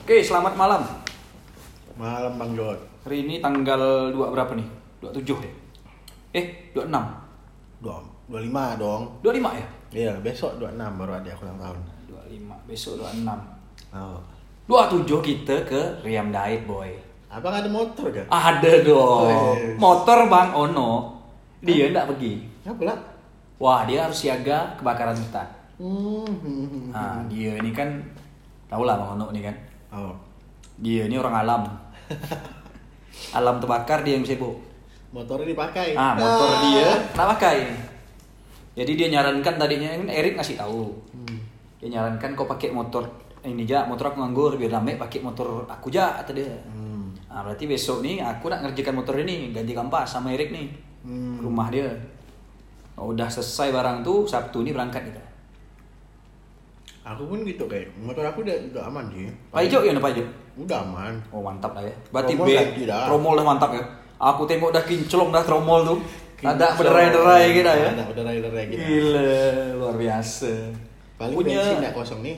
Oke, selamat malam. Malam Bang Jod. Hari ini tanggal 2 berapa nih? 27 ya? 26. 25 dong. 25 ya? Iya, besok 26 baru adik aku ulang tahun. 25, besok 26. Oh. 27 kita ke Riam Diet, boy. Abang ada motor gak? Ada dong. Wes. Motor Bang Ono. Dia enggak pergi. Apa lah? Wah, dia harus siaga kebakaran hutan. Hmm. Nah, dia ini kan tahu lah Bang Ono ini kan. Oh. Dia ini orang alam. Alam terbakar dia yang sibuk. Motornya dipakai. Motor dia tak pakai. Jadi dia nyarankan tadinya kan Erik ngasih tahu. Dia nyarankan kau pakai motor ini aja, motor aku nganggur biar rame pakai motor aku aja kata dia. Nah, berarti besok nih aku nak ngerjakan motor ini ganti kampas sama Erik nih. Rumah dia. Oh, udah selesai barang tuh Sabtu ini berangkat kita. Aku pun gitu kayak motor aku udah aman sih. Pak Ijo ya Pak Ijo? Udah aman. Oh mantap lah ya. Berarti Tromol lagi dah. tromol dah mantap ya. Aku tengok dah kinclong dah tromol tuh. Ada Kinclong. berderai-derai gitu ya. Ada berderai-derai gitu. Gila, luar biasa. Paling Punya bensin gak kosong nih.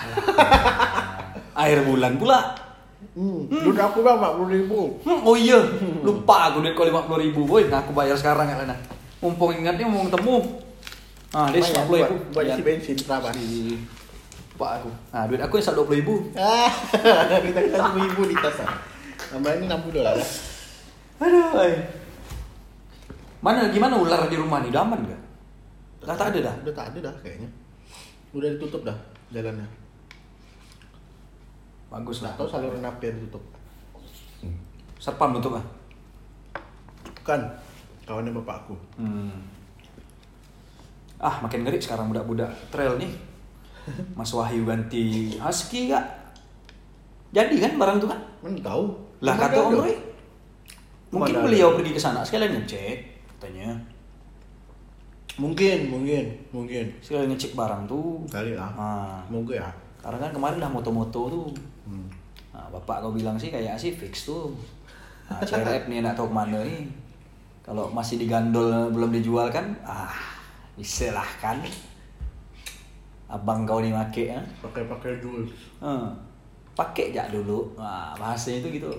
Air bulan pula. Duit aku bang 40.000. Oh iya, lupa aku duit kau 50.000 boy. Nah, aku bayar sekarang ya Lena. Mumpung ingatnya mau ketemu. Ah, dia 50.000 buat isi bensin berapa? Lupa aku. Nah, duit aku yang 20.000. Kita 10.000 di tas. Tambah ini $60 lah. Aduh. Gimana ular di rumah nih? Udah aman gak? Tak ada dah. Udah tak ada dah kayaknya. Udah ditutup dah jalannya. Bagus lah. Atau saluran napi yang ditutup. Serpam tutup ah. Bukan. Kawannya bapakku. Makin ngeri sekarang budak-budak trail nih. Mas Wahyu ganti husky gak? Jadi kan barang tuh kan? Mana tahu? Lah Mana kata Om ada? Roy. Mungkin Mana beliau ada? pergi ke sana sekalian ngecek katanya. Mungkin. Sekalian ngecek barang tuh. Kali lah. Semoga ya. Karena kan kemarin lah moto-moto tuh. Nah, bapak kau bilang sih kayak sih fix tuh. Nah, CRF nih nak tahu kemana nih. Kalau masih digandol belum dijual kan, bisa lah kan. Abang kau nih make ya. Pakai Jules. Pakai aja dulu. Nah, bahasanya itu gitu.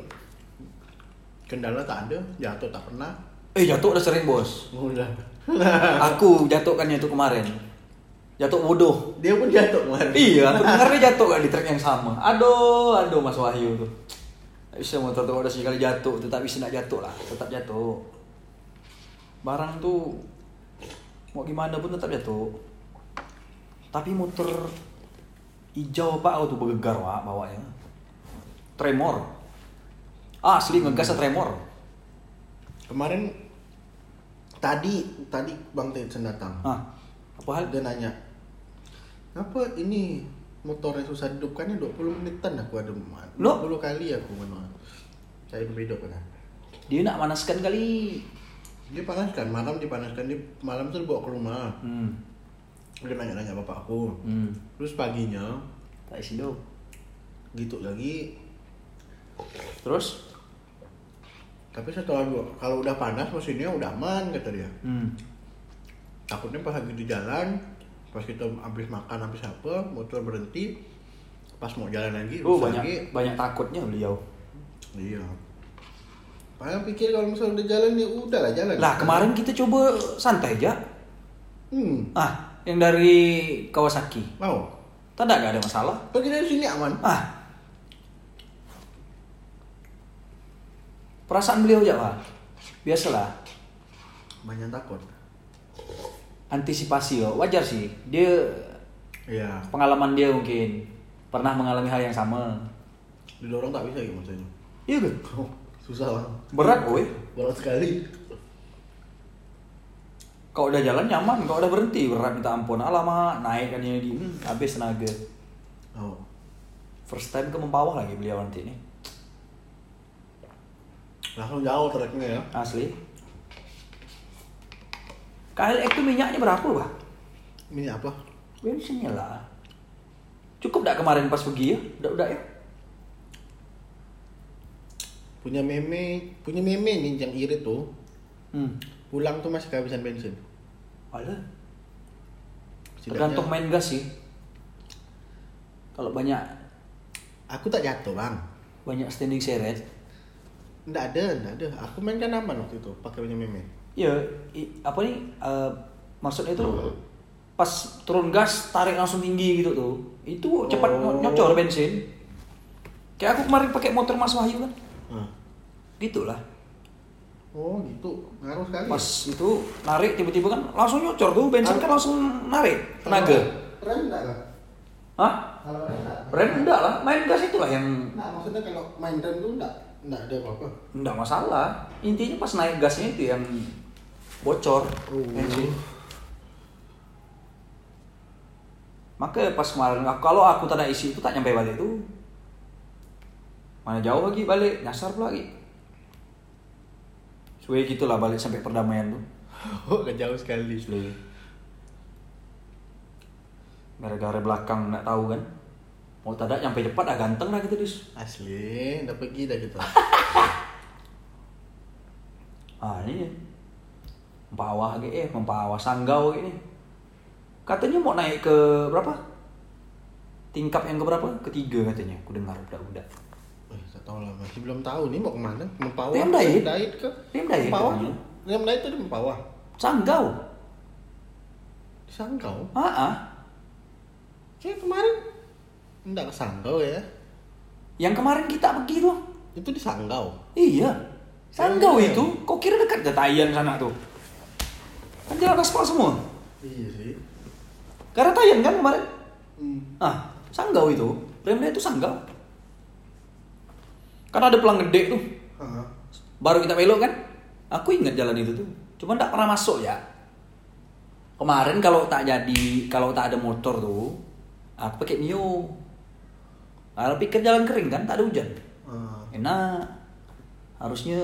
Kendala tak ada, jatuh tak pernah. Jatuh udah sering bos. Udah. Aku jatuhkannya itu kemarin. Jatuh bodoh. Dia pun jatuh kemarin. Iya, aku dengar dia jatuh kan di trek yang sama. Aduh Mas Wahyu tuh. Tak bisa motor tuh udah sekali jatuh, tetap bisa nak jatuh lah, tetap jatuh. Barang tuh mau gimana pun tetap jatuh. Tapi motor hijau pak aku tuh bergegar wak bawanya. Tremor. Asli ngegas tremor. Kemarin tadi Bang Tetsen datang. Apa hal? Dia nanya, "Apa ini motornya susah dihidupkannya 20 menitan aku ada 20 kali aku manual. Saya hidup kan." Dia nak manaskan kali. Dia panaskan, malam dipanaskan, dia malam tuh dibawa ke rumah. Dia nanya-nanya bapak aku. Terus paginya Tak isi do. gitu lagi. Terus? Tapi setelah kalau udah panas mesinnya udah aman kata dia. Takutnya pas lagi di jalan, pas kita habis makan habis apa, motor berhenti, pas mau jalan lagi, banyak takutnya beliau. Iya. Padahal pikir kalau misalnya udah jalan ya udahlah jalan. Lah kemarin kita coba santai aja. Yang dari Kawasaki. Mau? Tidak ada masalah. Pergi dari sini aman. Perasaan beliau aja pak. Biasalah. Banyak takut. Antisipasi wajar sih. Dia Iya. pengalaman dia mungkin pernah mengalami hal yang sama. Didorong tak bisa gitu maksudnya. Iya kan? Susah lah. Berat boy. Berat sekali. Kalau udah jalan nyaman, kalau udah berhenti berat minta ampun. Alamak naik kan ini habis tenaga. First time ke Mempawah lagi beliau nanti nih. Langsung jauh treknya ya. Asli. KLX itu minyaknya berapa pak? Minyak apa? Bensinnya lah. Cukup gak kemarin pas pergi ya? Udah ya? Punya meme nih yang irit tuh. Pulang tuh masih kehabisan bensin. Alah. Setidaknya Tergantung main gas sih. Kalau banyak Aku tak jatuh bang. Banyak standing seret. Nggak ada. Aku main kan aman waktu itu, pakai punya meme. Iya, apa nih? Maksudnya itu pas turun gas tarik langsung tinggi gitu tuh. Itu cepat nyocor bensin. Kayak aku kemarin pakai motor Mas Wahyu kan. Gitulah. Oh gitu, ngaruh sekali. Pas itu narik tiba-tiba kan langsung nyocor tuh bensin kan langsung narik tenaga. Rem enggak lah? Hah? Kalau rem enggak? Rem enggak lah, main gas itulah yang Nah, maksudnya kalau main rem tuh enggak ada apa-apa. enggak masalah. Intinya pas naik gasnya itu yang bocor bensin. Maka pas kemarin kalau aku tak ada isi itu tak nyampe balik tuh. Mana jauh lagi balik, nyasar pula lagi. Suwe gitulah balik sampai perdamaian tuh. Oh, jauh sekali. Gara-gara belakang nggak tahu kan. Mau tak ada nyampe cepat dah ganteng lah gitu dis. Asli, udah pergi dah kita. Ini Mempawah Mempawah Sanggau ini. Katanya mau naik ke berapa? Tingkat yang keberapa? Ketiga katanya. Aku dengar budak-budak. Tak tahu lah, masih belum tahu nih mau kemana. Mempawah. Rem Dait ke? Rem Dait Mempawah. katanya. Rem Dait itu di Mempawah. Sanggau. Di Sanggau. Kayak kemarin enggak ke Sanggau ya. Yang kemarin kita pergi tuh. Itu di Sanggau. Iya. Sanggau Iya. itu. Kok kira dekat Tayan sana tuh? Kan jalan aspal semua. Iya sih. Karena Tayan kan kemarin. Sanggau itu. Remnya itu Sanggau. Kan ada pelang gede tuh. Baru kita belok kan. Aku ingat jalan itu tuh. Cuma enggak pernah masuk ya. Kemarin kalau tak ada motor tuh, aku pakai Mio. Kalau pikir jalan kering kan, tak ada hujan. Enak. Harusnya.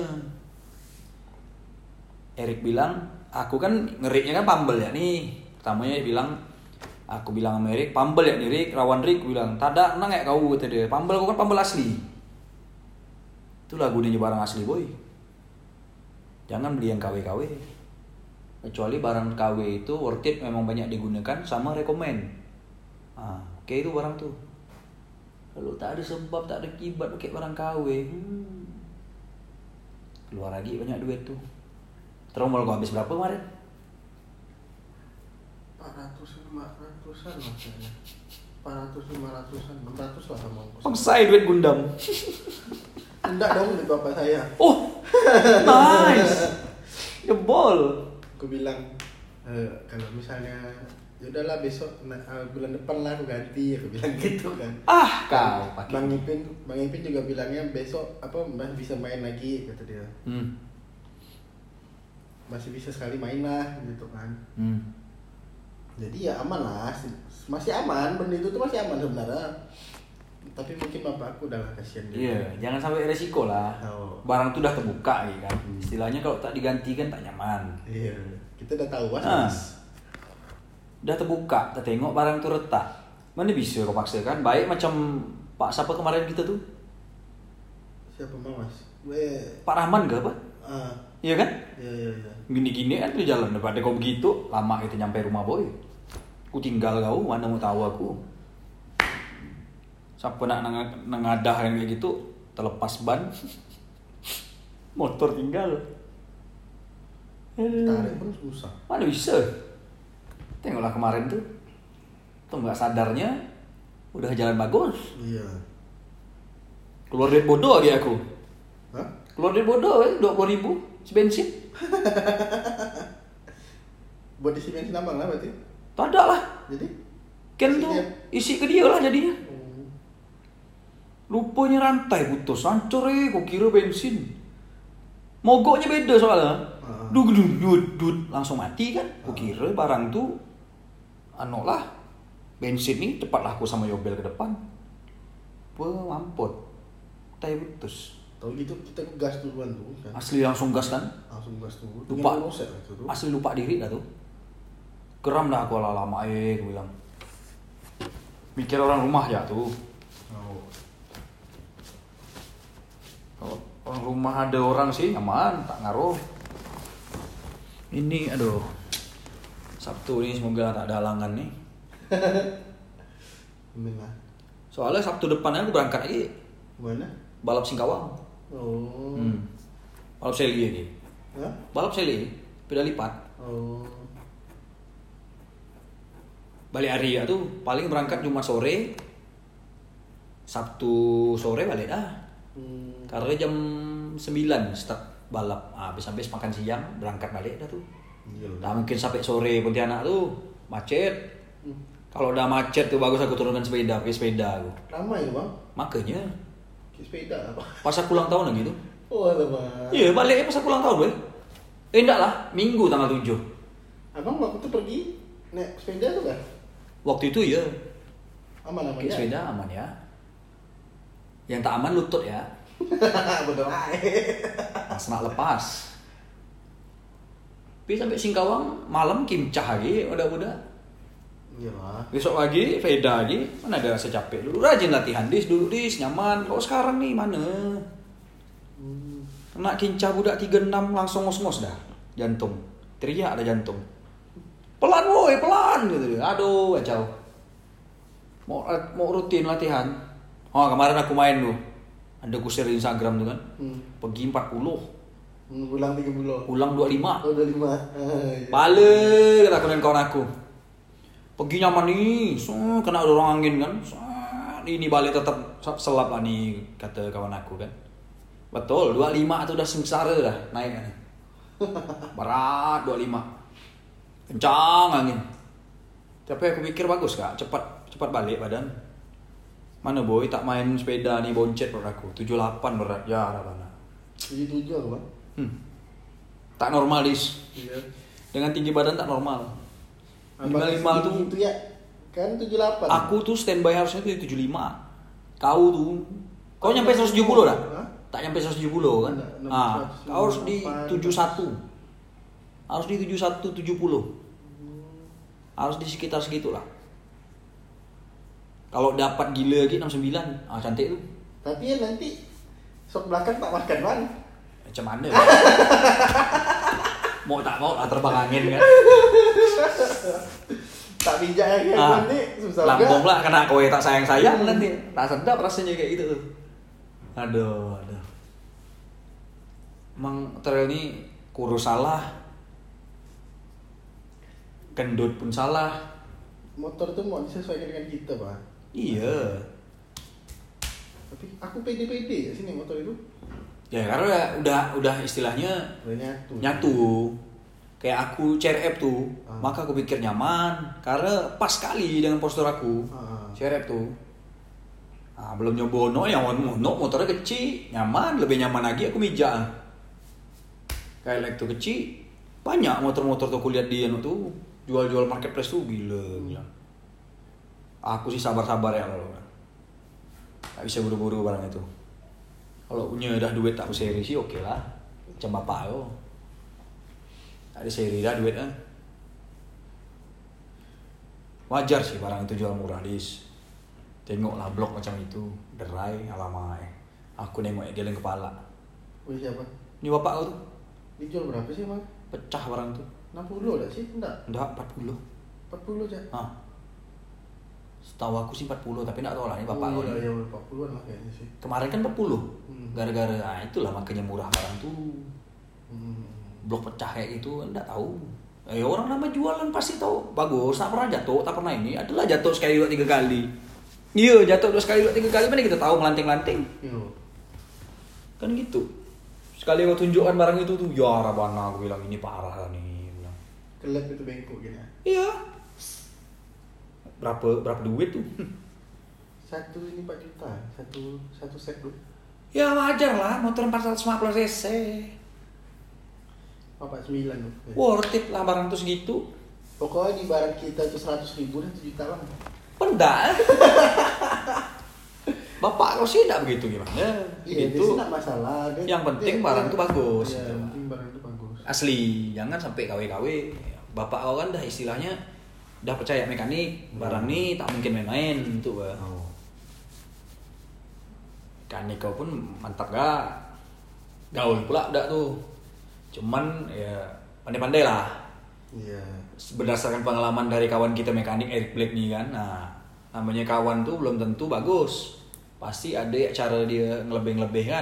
Erik bilang, aku kan ngeriknya kan pambel ya nih. Pertamanya dia bilang, aku bilang sama Erik, pambel ya nih Rik, rawan Rik. Aku bilang, tada nang ya kau kata dia. Pambel kau kan pambel asli. Itulah gunanya barang asli boy. Jangan beli yang KW-KW. Kecuali barang KW itu worth it, memang banyak digunakan sama rekomen. Oke itu barang tuh. Kalau tak ada sebab, tak ada kibat pakai barang KW, keluar lagi banyak duit tuh. Tromol kau habis berapa kemarin? 400-500an maksudnya. 400-500an, 600 lah sama ongkos. Pangsai duit Gundam. Enggak dong, itu apa saya. Oh, nice. Jebol. Aku bilang kalau misalnya ya udahlah besok bulan depan lah aku ganti, aku bilang gitu kan. Kau pakai. Bang Ipin juga bilangnya besok masih bisa main lagi kata dia. Masih bisa sekali main lah gitu kan. Jadi ya aman lah, masih aman, benda itu tuh masih aman sebenarnya. Tapi mungkin bapak aku udah kasihan dia. Iya, jangan sampai resiko lah. Barang tuh udah terbuka gitu kan. Istilahnya kalau tak diganti kan tak nyaman. Iya, kita udah tahu mas. Udah terbuka, kita tengok barang tuh retak. Mana bisa kau paksa kan? Baik macam Pak siapa kemarin kita tuh? Siapa mas? Pak Rahman ke apa? Iya kan? Iya. Gini-gini kan tuh jalan. Daripada kau begitu, lama kita nyampe rumah boy. Ku tinggal kau, mana mau tahu aku. Siapa nak nengadah kan kayak gitu, terlepas ban. Motor tinggal. Tarik pun susah. Mana bisa? Tengoklah kemarin tuh. Tuh nggak sadarnya udah jalan bagus. Iya. Keluar duit bodoh lagi aku. Hah? Keluar duit bodoh 20.000 bensin. Buat isi bensin abang lah berarti? Tak ada lah. Jadi? Kan tuh isi ke dia lah jadinya. Rupanya rantai putus, hancur kok kira bensin. Mogoknya beda soalnya. Dud langsung mati kan. Kok kira barang tuh lah. Bensin nih cepat laku sama Yobel ke depan. Mampot. Tai putus. Tahu gitu kita gas duluan tuh kan. Asli langsung gas kan? Langsung gas dulu. Lupa. Itu, Asli lupa diri dah tuh. Geram dah aku lama aku bilang. Mikir orang rumah ya tuh. Kalau orang rumah ada orang sih aman, tak ngaruh. Ini aduh. Sabtu ini semoga tak ada halangan nih. Alhamdulillah. Soalnya Sabtu depannya aku berangkat lagi. Mana? Balap Singkawang. Oh. Balap seli lagi. Hah? Balap seli, sepeda lipat. Oh. Balik hari ya tuh, paling berangkat Jumat sore. Sabtu sore balik dah. Karena jam 9 start balap. Habis-habis makan siang, berangkat balik dah tuh. Nah, mungkin sampai sore Pontianak tuh macet. Kalau udah macet tuh bagus aku turunkan sepeda, pakai sepeda aku. Lama ya bang? Makanya. Pakai sepeda apa? Pas aku ulang tahun lagi tuh. Oh lama. Iya baliknya pas aku ulang tahun boy. Enggak lah, Minggu tanggal 7. Abang waktu itu pergi naik sepeda tuh kan? Waktu itu ya. Aman Pakai sepeda aman ya. Yang tak aman lutut ya. Bener Mas nak lepas. Tapi sampai Singkawang malam kimcah lagi udah. Iya lah. Besok pagi sepeda lagi. Mana ada rasa capek dulu. Rajin latihan dulu nyaman. Kalau sekarang nih mana? Kena kincah budak 36 langsung ngos-ngos dah jantung. Teriak ada jantung. Pelan woi, pelan gitu dia. Aduh, kacau. Mau rutin latihan. Oh, kemarin aku main tuh. Ada ku share di Instagram tuh kan. Pergi 40. Pulang 30. Pulang 25. Oh 25. Balik kata kawan kawan aku. Pergi nyaman nih. Kena dorong angin kan. Ini balik tetap selap lah nih kata kawan aku kan. Betul, 25 tuh udah sengsara dah naik kan. Berat 25. Kencang angin. Tapi aku pikir bagus kak, cepat balik badan. Mana boy tak main sepeda nih boncet berat aku. 78 berat ya mana. 77 apa? Tak normal dis. Iya. Dengan tinggi badan tak normal. Minimal tuh itu ya. Kan 78. Aku tuh standby harusnya tuh 75. Kau tuh. Kau nyampe 170 dah? Tak nyampe 170 kan? Kau harus di 71. Harus di 71 70. Harus di sekitar segitulah. Kalau dapat gila lagi 69, cantik tuh. Tapi ya nanti sok belakang tak makan man. Macam mana? Mau tak mau lah terbang angin kan. Tak bijak lagi nanti susah juga. Lambung lah kena kowe tak sayang-sayang nanti. Tak sedap rasanya kayak gitu tuh. Aduh. Emang trail ini kurus salah. Gendut pun salah. Motor tuh mau disesuaikan dengan kita, Pak. Iya. Tapi aku pede-pede ya sini motor itu. Ya karena udah istilahnya Udah nyatu. Kayak aku CRF tuh, maka aku pikir nyaman karena pas sekali dengan postur aku. CRF tuh. Belum nyoba yang motornya kecil, nyaman, lebih nyaman lagi aku mijak. Kayak like tuh kecil, banyak motor-motor tuh aku lihat dia tuh jual-jual marketplace tuh gila. Aku sih sabar-sabar ya kalau tak bisa buru-buru barang itu. Kalau punya dah duit tak seri sih oke lah. Macam bapak yo. Ada seri dah duit kan. Wajar sih barang itu jual murah dis. Tengoklah blok macam itu, derai alamai. Aku nengok geleng kepala. Oh siapa? Ini bapak kau tuh. Dijual berapa sih, Bang? Pecah barang tuh. 60 dah sih? Enggak. 40. 40 aja. Setahu aku sih 40, tapi enggak tahu lah ini bapak kau. Iya, 40-an lah kayaknya sih. Kemarin kan 40. Gara-gara itulah makanya murah barang tuh. Blok pecah kayak gitu enggak tahu. Orang nama jualan pasti tahu. Bagus, tak pernah jatuh, tak pernah ini. Adalah jatuh sekali 2-3 kali. Iya, jatuh sekali 2-3 kali mana kita tahu melanting-lanting. Iya. Kan gitu. Sekali aku tunjukkan barang itu tuh, ya Rabana aku bilang ini parah nih, bilang. Kelep itu bengkok gini. Iya. Berapa duit tuh? Satu ini 4 juta, satu set tuh. Ya wajar lah, motor 450 cc. 49 tuh. Worth it lah barang tuh segitu. Pokoknya di barang kita itu 100.000 dan 7 juta bang. Pendak. Bapak kau sih enggak begitu gimana? Iya, Gitu. dia sih enggak masalah. Yang penting barang itu bagus. Iya, Gitu. yang penting barang itu bagus. Asli, jangan sampai KW-KW. Bapak kau kan dah istilahnya udah percaya mekanik, barang nih tak mungkin main-main gitu, Bang. Mekanik kau pun mantap gak? Gaul pula enggak tuh. Cuman ya pandai-pandai lah. Iya. Berdasarkan pengalaman dari kawan kita mekanik Eric Black nih kan. Nah, Namanya kawan tuh belum tentu bagus. Pasti ada cara dia ngelebih-ngelebih kan.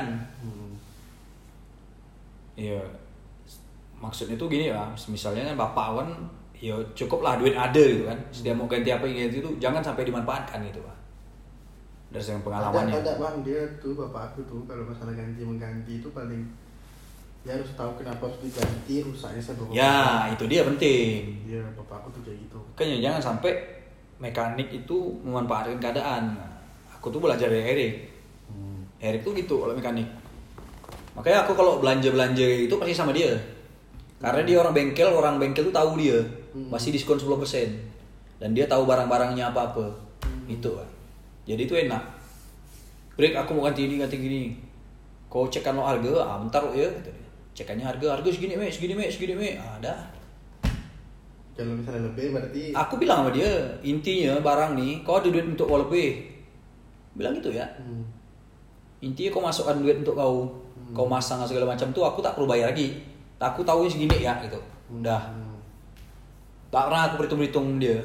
Iya. Maksudnya tuh gini lah, misalnya kan bapak kan ya cukup lah duit ada gitu kan. Dia mau ganti apa yang ganti itu jangan sampai dimanfaatkan gitu Pak. Dari segi pengalamannya. Ada bang, dia tuh bapak aku tuh kalau masalah ganti mengganti itu paling dia harus tahu kenapa harus diganti, rusaknya seberapa. Ya, itu dia penting. Iya, bapak aku tuh kayak gitu. Makanya jangan sampai mekanik itu memanfaatkan keadaan. Aku tuh belajar dari Erik. Erik tuh gitu kalau mekanik. Makanya aku kalau belanja itu pasti sama dia. Karena dia orang bengkel tuh tahu dia. Masih diskon 10%. Dan dia tahu barang-barangnya apa-apa. Itu kan. Jadi itu enak. Break aku mau ganti gini. Kau cekkan lo harga, bentar lo ya. Cekannya harga segini me. Dah. Kalau misalnya lebih berarti aku bilang sama dia, intinya barang nih, kau ada duit untuk kau lebih. Bilang gitu ya. Intinya kau masukkan duit untuk kau masang segala macam tuh aku tak perlu bayar lagi. Aku tahu segini ya gitu. Udah. Tak pernah aku berhitung dia.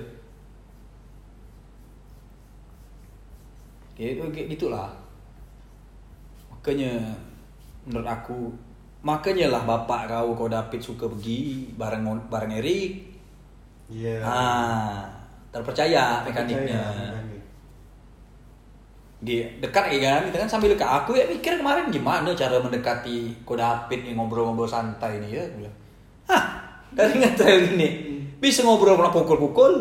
Kayak gitulah. Makanya lah bapak kau David suka pergi bareng Erik. Iya. Terpercaya mekaniknya. Dia dekat kan, kita kan sambil dekat. Aku ya mikir kemarin gimana cara mendekati Ko David nih ngobrol-ngobrol santai nih ya. Bilang, dari ngetrail gini bisa ngobrol pernah pukul-pukul.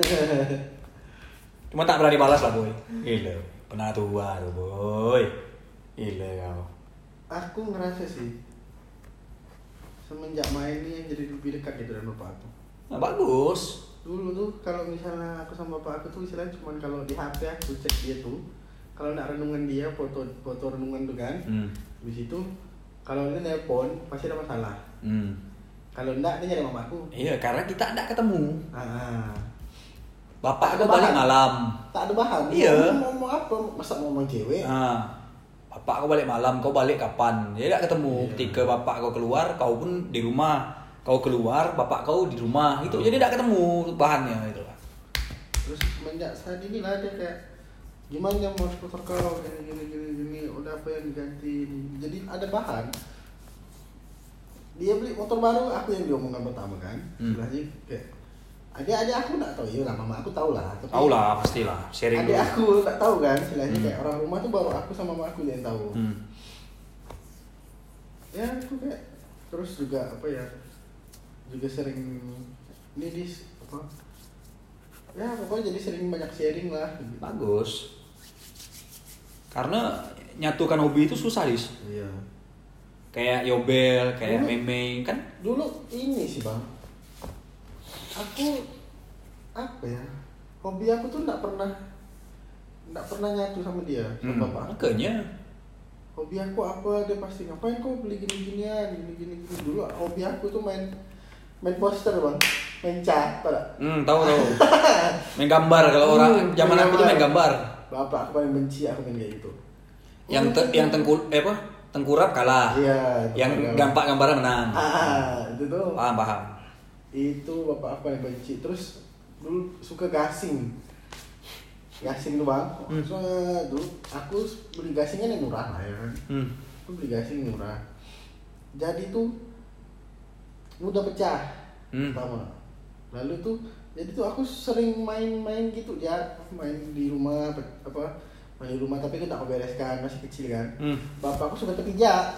Cuma tak berani balas lah boy. Gila, pernah tua tuh boy. Gila kau. Aku ngerasa sih semenjak main ini yang jadi lebih dekat gitu dengan bapak aku. Nah, bagus. Dulu tuh kalau misalnya aku sama bapak aku tuh istilahnya cuma kalau di HP aku cek dia tuh, kalau nak renungan dia foto renungan tuh kan, di situ kalau dia nelpon pasti ada masalah. Kalau enggak dia nyari mamaku. Iya, karena kita enggak ketemu. Bapak aku balik malam. Tak ada bahan. Iya. Mau apa? Masa mau ngomong cewek? Bapak kau balik malam, kau balik kapan? Dia enggak ketemu. Ketika bapak kau keluar, kau pun di rumah. Kau keluar, bapak kau di rumah. Itu jadi enggak ketemu bahannya itu. Terus semenjak saat ini lah dia kayak gimana mau skuter kau gini udah apa yang diganti. Jadi ada bahan. Dia beli motor baru, aku yang diomongkan pertama kan. Istilahnya kayak adik aku nggak tahu ya lah, mama aku tahu lah. Tahu lah, pastilah. Sharing adik aku nggak tahu kan, istilahnya kayak orang rumah tuh baru aku sama mama aku yang tahu. Ya aku kayak terus juga apa ya, juga sering ini apa? Ya pokoknya jadi sering banyak sharing lah. Gitu. Bagus. Karena nyatukan hobi itu susah Iya. Kayak Yobel, kayak Meme kan. Dulu ini sih bang. Aku apa ya, hobi aku tuh nggak pernah nyatu sama dia sama bapak. Makanya hobi aku apa, dia pasti ngapain kau beli gini dulu. Hobi aku tuh main poster bang, main cat, tahu main gambar. Kalau orang zaman aku tuh main gambar. Bapak aku paling benci aku main kayak gitu. Yang tengkurap kalah. Iya. Yang gambar menang. Itu tuh. Paham. Itu bapak aku paling benci. Terus dulu suka gasing tuh bang. Soalnya dulu aku beli gasingnya yang murah lah ya kan. Aku beli gasing murah. Jadi tuh mudah pecah. Pertama. Lalu tuh jadi tuh aku sering main gitu ya, main di rumah main di rumah tapi kan tak aku bereskan, masih kecil kan. Bapakku suka kepijak.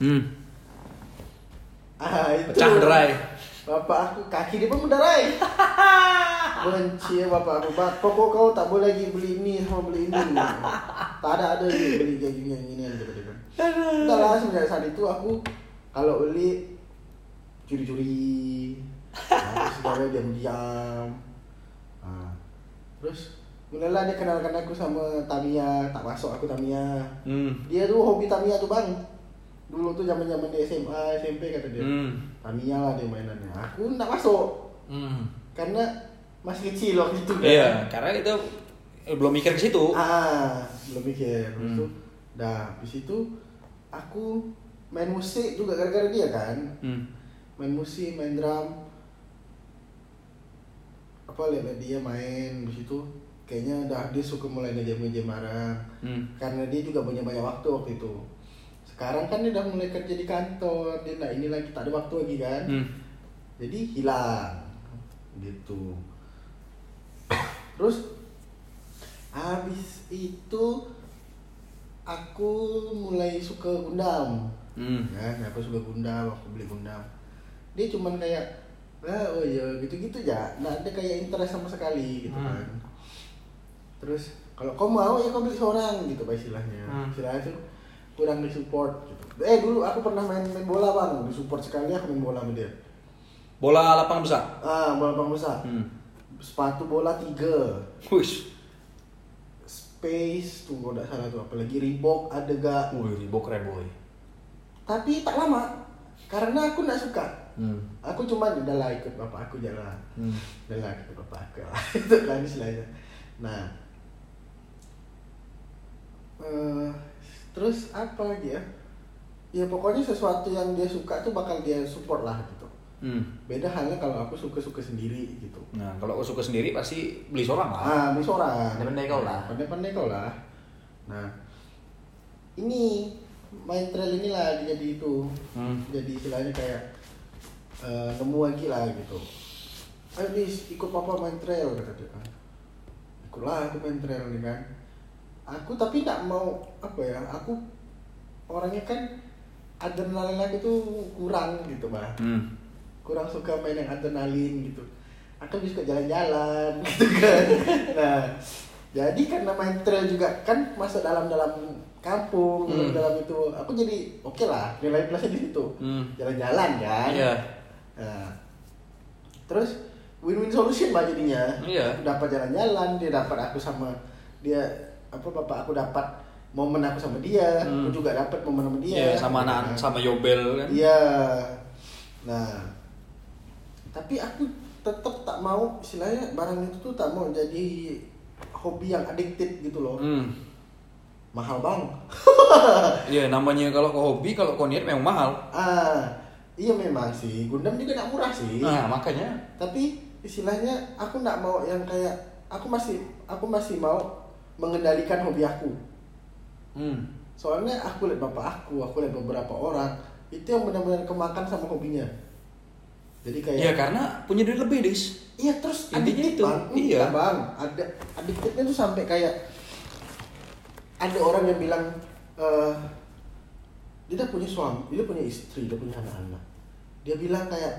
Itu pecah derai. Bapak aku kaki dia pun mendarai. Benci ya bapak aku. Pokok kau tak boleh lagi beli ini sama beli ini. Tak ada beli kayak gini gitu kan. Entah lah semenjak saat itu aku kalau beli curi-curi. Terus segala diam-diam. Terus mulailah dia kenalkan aku sama Tamiya, tak masuk aku Tamiya. Dia tuh hobi Tamiya tuh bang. Dulu tuh zaman di SMA, SMP kata dia. Tamiya lah dia mainannya. Aku nggak masuk. Karena masih kecil waktu itu kan. Iya, karena itu belum mikir ke situ. Belum mikir. Di situ aku main musik juga gara-gara dia kan. Main musik, main drum. Lihat dia main di situ kayaknya dia suka mulai ngejam-ngejam barang. Karena dia juga punya banyak waktu waktu itu. Sekarang kan dia udah mulai kerja di kantor, dia nggak ini lagi, tak ada waktu lagi kan. Jadi hilang gitu. Terus habis itu aku mulai suka Gundam. Kan, aku suka Gundam, aku beli Gundam. Dia cuman kayak oh iya gitu-gitu aja. Nah, ada kayak interest sama sekali gitu kan. Terus kalau kau mau ya kau beli seorang gitu Pak istilahnya. Istilahnya tuh kurang disupport gitu. Dulu aku pernah main bola bang, disupport sekali aku main bola sama dia. Bola lapangan besar? Bola lapangan besar. Sepatu bola 3. Wish. Space tuh kalau nggak salah tuh, apalagi Reebok ada gak? Reebok keren boy. Tapi tak lama karena aku nggak suka. Aku cuma udah lah ikut bapak aku jalan. Udah lah ikut bapak aku lah. Itu kan istilahnya. Nah, terus apa lagi ya? Ya pokoknya sesuatu yang dia suka tuh bakal dia support lah gitu. Beda halnya kalau aku suka sendiri gitu. Nah, kalau aku suka sendiri pasti beli seorang lah. Beli seorang. Pandai kau lah. Pandai kau lah. Nah, ini main trail inilah jadi itu. Jadi istilahnya kayak nemu lagi lah gitu. Ayo Dis, ikut papa main trail kata dia kan. Ikutlah aku main trail nih kan. Aku tapi tak mau apa ya? Aku orangnya kan adrenalin aku tuh kurang gitu bah. Kurang suka main yang adrenalin gitu. Aku lebih suka jalan-jalan gitu kan. Nah, jadi karena main trail juga kan masuk dalam kampung, dalam itu aku jadi oke lah, nilai plusnya di situ. Jalan-jalan kan. Iya. Nah, terus win-win solution bah jadinya. Iya. Dapat jalan-jalan, dia dapat aku sama dia bapak aku dapat momen aku sama dia, aku juga dapat momen sama dia. Iya, sama anak sama Yobel kan. Iya. Nah, tapi aku tetap tak mau istilahnya barang itu tuh tak mau jadi hobi yang addicted gitu loh. Mahal bang. Iya, namanya kalau kau hobi, kalau kau niat memang mahal. Iya memang sih, Gundam juga gak murah sih. Nah, makanya. Tapi istilahnya aku gak mau yang kayak aku masih mau mengendalikan hobi aku. Soalnya aku lihat bapak aku lihat beberapa orang itu yang benar-benar kemakan sama hobinya. Jadi kayak. Iya, karena punya duit lebih, Dis. Iya, terus intinya itu. Bang. Iya bang, ada adiktifnya tuh sampai kayak ada orang yang bilang dia punya suami, dia punya istri, dia punya anak-anak. Dia bilang kayak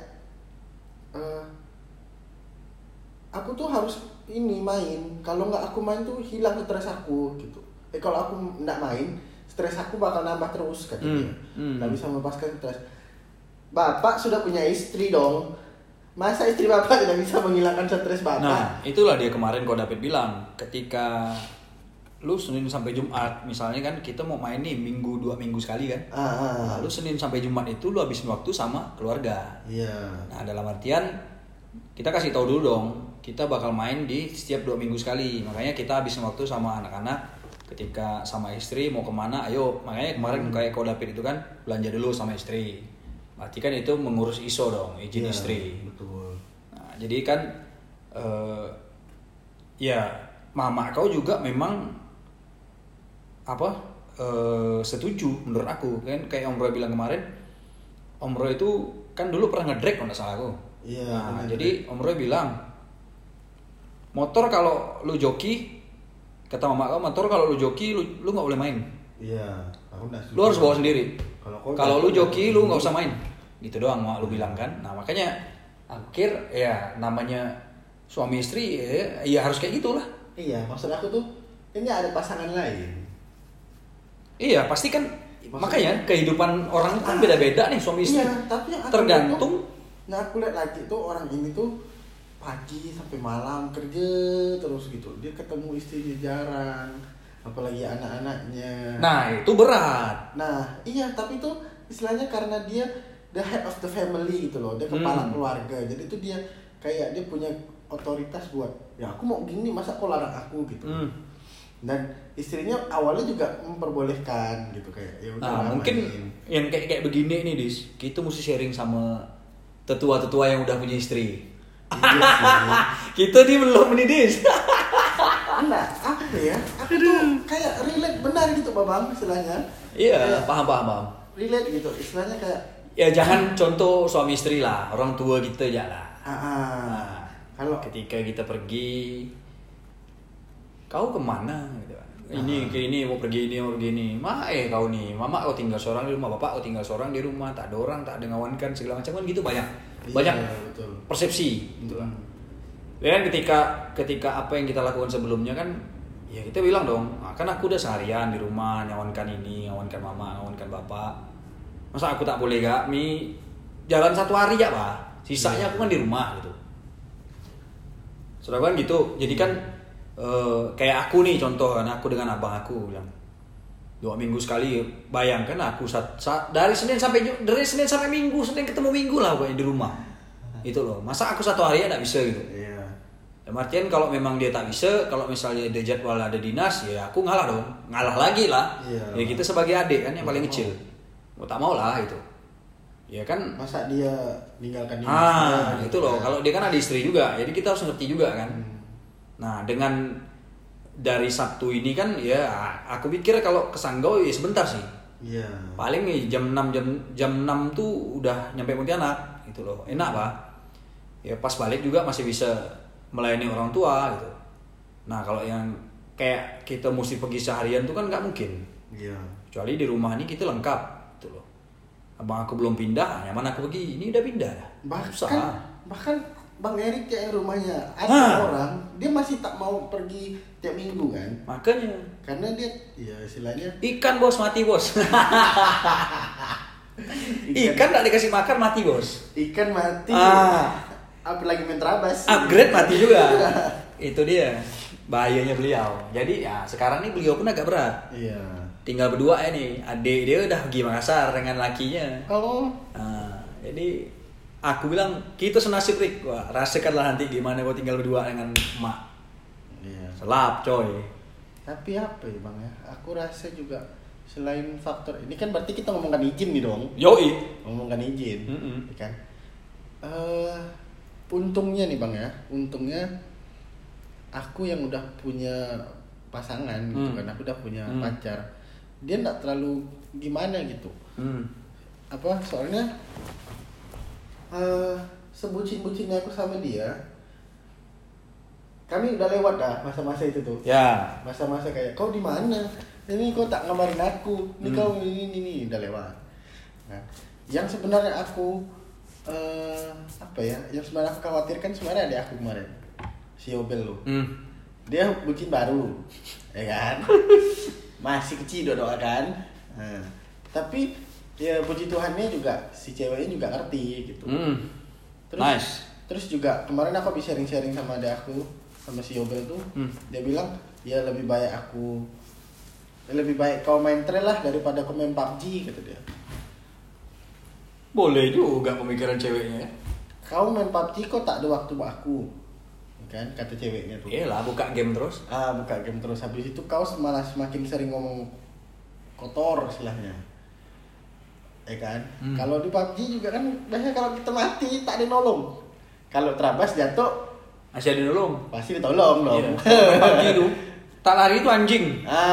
aku tuh harus ini main, kalau nggak aku main tuh hilang stres aku gitu. Kalau aku nggak main, stres aku bakal nambah terus katanya. Nggak bisa melepaskan stres. Bapak sudah punya istri dong. Masa istri bapak tidak bisa menghilangkan stres bapak? Nah, itulah dia kemarin kau David bilang, ketika lu Senin sampai Jumat, misalnya kan kita mau main nih 2 minggu sekali kan. Nah, lu Senin sampai Jumat itu lu habisin waktu sama keluarga. Iya. Nah, dalam artian kita kasih tahu dulu dong, kita bakal main di setiap 2 minggu sekali. Makanya kita habisin waktu sama anak-anak. Ketika sama istri mau kemana, ayo. Makanya kemarin kayak kau David itu kan belanja dulu sama istri. Berarti kan itu mengurus ISO dong, izin istri. Betul. Nah, jadi kan ya mama kau juga memang setuju menurut aku kan, kayak Om Roy bilang kemarin. Om Roy itu kan dulu pernah ngedrag kalau nggak salah aku. Iya. Nah, jadi Om Roy bilang motor kalau lu joki, kata mama kau, motor kalau lu joki lu nggak boleh main. Iya. Lu harus bawa sendiri. Kalau lu joki lu nggak usah main. Gitu doang mak lu bilang kan. Nah makanya akhir ya namanya suami istri ya harus kayak gitulah. Iya, maksud aku tuh ini ada pasangan lain. Iya pasti kan. Makanya kehidupan orang kan beda-beda nih suami istri. Iya, tapi tergantung. Aku lihat lagi tuh orang ini tuh pagi sampai malam kerja terus gitu. Dia ketemu istrinya jarang, apalagi anak-anaknya. Nah itu berat. Nah iya, tapi tuh istilahnya karena dia the head of the family gitu loh, dia kepala keluarga. Jadi tuh dia kayak dia punya otoritas buat ya aku mau gini, masa kok larang aku gitu. Dan istrinya awalnya juga memperbolehkan gitu kayak ya udah. Nah mungkin yang kayak begini nih Dis, kita mesti sharing sama tetua-tetua yang udah punya istri. Iya, kita nih belum nih Dis. mana apa ya? Aku tuh kayak relate benar gitu Babang istilahnya. Iya, paham. Relate gitu istilahnya kayak. Ya jangan contoh suami istri lah, orang tua kita aja lah. Nah, kalau ketika kita pergi, kau kemana? Gitu. Ini mau pergi ini. Kau nih, mama kau tinggal seorang di rumah, bapak kau tinggal seorang di rumah, tak ada orang, tak ada ngawankan segala macam kan gitu banyak betul. persepsi gitu lah. Dan ketika apa yang kita lakukan sebelumnya kan, ya kita bilang dong, kan aku udah seharian di rumah ngawankan ini, ngawankan mama, ngawankan bapak. Masa aku tak boleh gak jalan 1 hari ya Pak, sisanya aku kan di rumah gitu. Saudara kan gitu, jadi kan kayak aku nih contoh kan, aku dengan abang aku yang 2 minggu sekali, bayangkan aku dari Senin sampai Minggu, Senin ketemu Minggu lah pokoknya di rumah. Itu loh, masa aku 1 hari ya gak bisa gitu. Iya. Martian kalau memang dia tak bisa, kalau misalnya ada jadwal ada dinas, ya aku ngalah lagi lah. Iya. Ya kita sebagai adik kan yang paling kecil. Mau tak mau lah itu. Ya kan. Masa dia meninggalkan dinasnya? Itu loh. Kalau dia kan ada istri juga, jadi kita harus ngerti juga kan. Nah dengan dari Sabtu ini kan, ya aku pikir kalau ke Sanggau ya sebentar sih. Iya. Paling nih jam 6 tuh udah nyampe Pontianak, gitu loh. Enak Pak. Ya pas balik juga masih bisa melayani orang tua gitu. Nah kalau yang kayak kita mesti pergi seharian tuh kan nggak mungkin. Iya. Kecuali di rumah ini kita lengkap gitu loh. Abang aku belum pindah, nyaman aku pergi. Ini udah pindah dah. Bahkan Bang Erik yang rumahnya ada orang, dia masih tak mau pergi tiap minggu kan? Makanya. Karena dia, ya istilahnya ikan bos mati bos. Ikan tak dikasih makan mati bos. Ikan mati. Apalagi main terabas. Upgrade mati juga. Itu dia bahayanya beliau. Jadi ya sekarang nih beliau pun agak berat. Iya. Tinggal berdua ya nih. Adik dia udah pergi Makassar dengan lakinya. Oh. Jadi aku bilang kita senasib Rik. Wah, rasakanlah nanti gimana kau tinggal berdua dengan emak. Iya. Selap coy. Tapi apa ya Bang ya? Aku rasa juga selain faktor ini kan berarti kita ngomongkan izin nih dong. Yoi. Ngomongkan izin, kan? Untungnya nih Bang ya, untungnya aku yang udah punya pasangan gitu kan, aku udah punya pacar, dia nggak terlalu gimana gitu. Soalnya sebucin-bucinnya aku sama dia, kami udah lewat dah masa-masa itu tuh. Ya. Masa-masa kayak kau di mana? Ini kau tak ngabarin aku. Ini kau ini udah lewat. Nah, yang sebenarnya aku yang sebenarnya aku khawatirkan sebenarnya ada aku kemarin, si Obel lo. Dia bucin baru, ya kan? Masih kecil doa kan. Nah, tapi ya puji Tuhannya juga si ceweknya juga ngerti gitu. Terus juga kemarin aku habis sharing-sharing sama adik aku, sama si Obel tuh, dia bilang ya lebih baik kau main trail lah daripada kau main PUBG kata dia. Boleh juga pemikiran ceweknya. Kau main PUBG kau tak ada waktu buat aku, kan kata ceweknya tuh. Iyalah, buka game terus. Buka game terus. Habis itu kau malah semakin sering ngomong kotor istilahnya, ya kan? Kalau di PUBG juga kan biasanya kalau kita mati tak ada nolong. Kalau terabas jatuh masih ada nolong. Pasti ditolong dong. Iya. PUBG itu tak lari itu anjing.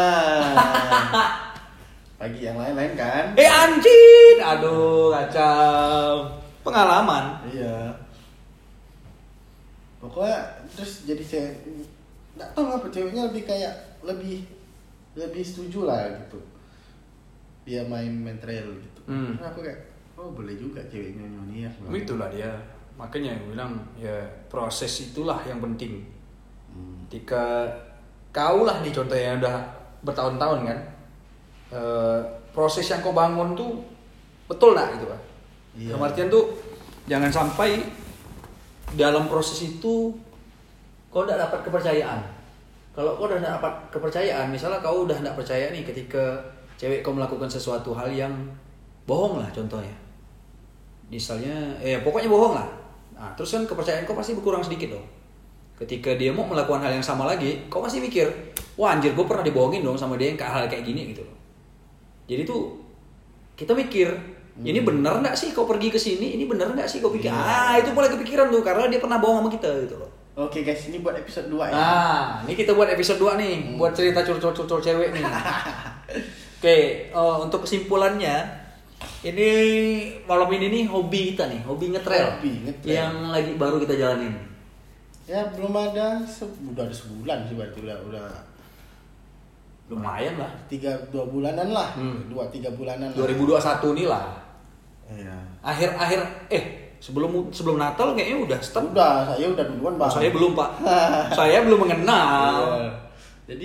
Bagi yang lain-lain kan. Anjing. Aduh, kacau. Pengalaman. Iya. Pokoknya terus jadi saya nggak tahu apa ceweknya lebih setuju lah gitu. Dia main trail gitu. Karena aku kayak boleh juga ceweknya nyonya. Itulah dia. Makanya aku bilang ya proses itulah yang penting. Ketika kau lah nih contohnya yang udah bertahun-tahun kan. Proses yang kau bangun tuh betul gak gitu kan? Iya. Artian tuh jangan sampai dalam proses itu kau udah dapat kepercayaan. Kalau kau udah dapat kepercayaan, misalnya kau udah gak percaya nih ketika cewek kau melakukan sesuatu hal yang bohong lah contohnya. Misalnya, pokoknya bohong lah. Nah, terus kan kepercayaan kau pasti berkurang sedikit dong. Ketika dia mau melakukan hal yang sama lagi, kau pasti mikir, wah anjir gue pernah dibohongin dong sama dia yang hal kayak gini gitu loh. Jadi tuh kita mikir, ini bener nggak sih kau pergi ke sini? Ini bener nggak sih kau pikir? Itu mulai kepikiran tuh karena dia pernah bohong sama kita gitu loh. Oke guys, ini buat episode 2 ya. Nah, ini kita buat episode 2 nih, buat cerita curcol cewek nih. Oke, untuk kesimpulannya, ini malam ini nih hobi kita nih, hobi ngetrail. Yang lagi baru kita jalanin. Ya belum ada, udah ada sebulan sih berarti udah lumayan lah. 2 bulanan lah, 2-3 bulanan. 2021 nih lah. Iya. Akhir sebelum Natal kayaknya udah start. Udah, saya udah duluan Bang. Saya belum Pak. Saya belum mengenal. Iya. Jadi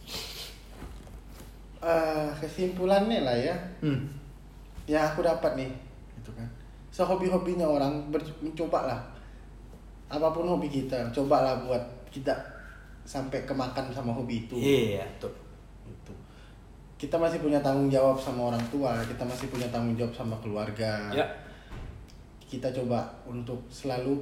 kesimpulannya lah ya. Ya aku dapat nih, gitu kan. Sehobi-hobinya orang mencoba lah. Apapun hobi kita, cobalah buat kita sampai kemakan sama hobi itu. Iya, tuh. Itu. Kita masih punya tanggung jawab sama orang tua, kita masih punya tanggung jawab sama keluarga. Ya. Kita coba untuk selalu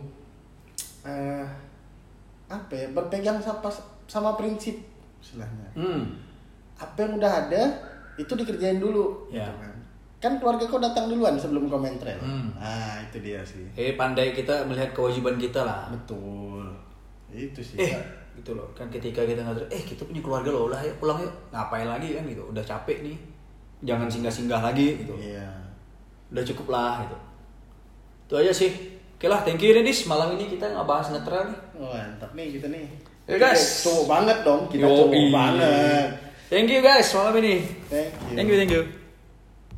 berpegang sama prinsip istilahnya. Apa yang udah ada itu dikerjain dulu, ya. Gitu kan. Kan keluarga kau datang duluan sebelum komen trail. Nah, itu dia sih. Pandai kita melihat kewajiban kita lah. Betul. Itu sih. Gitu loh. Kan ketika kita ngatur, kita punya keluarga loh, lah yuk pulang yuk. Ngapain lagi kan gitu. Udah capek nih. Jangan singgah-singgah lagi gitu. Iya. Udah cukup lah gitu. Itu aja sih. Oke lah, thank you Redis. Malam ini kita ngebahas ngetrail nih. Mantap nih kita nih. Ya guys. Cowok banget dong. Kita cowok banget. Thank you guys malam ini. Thank you. Thank you.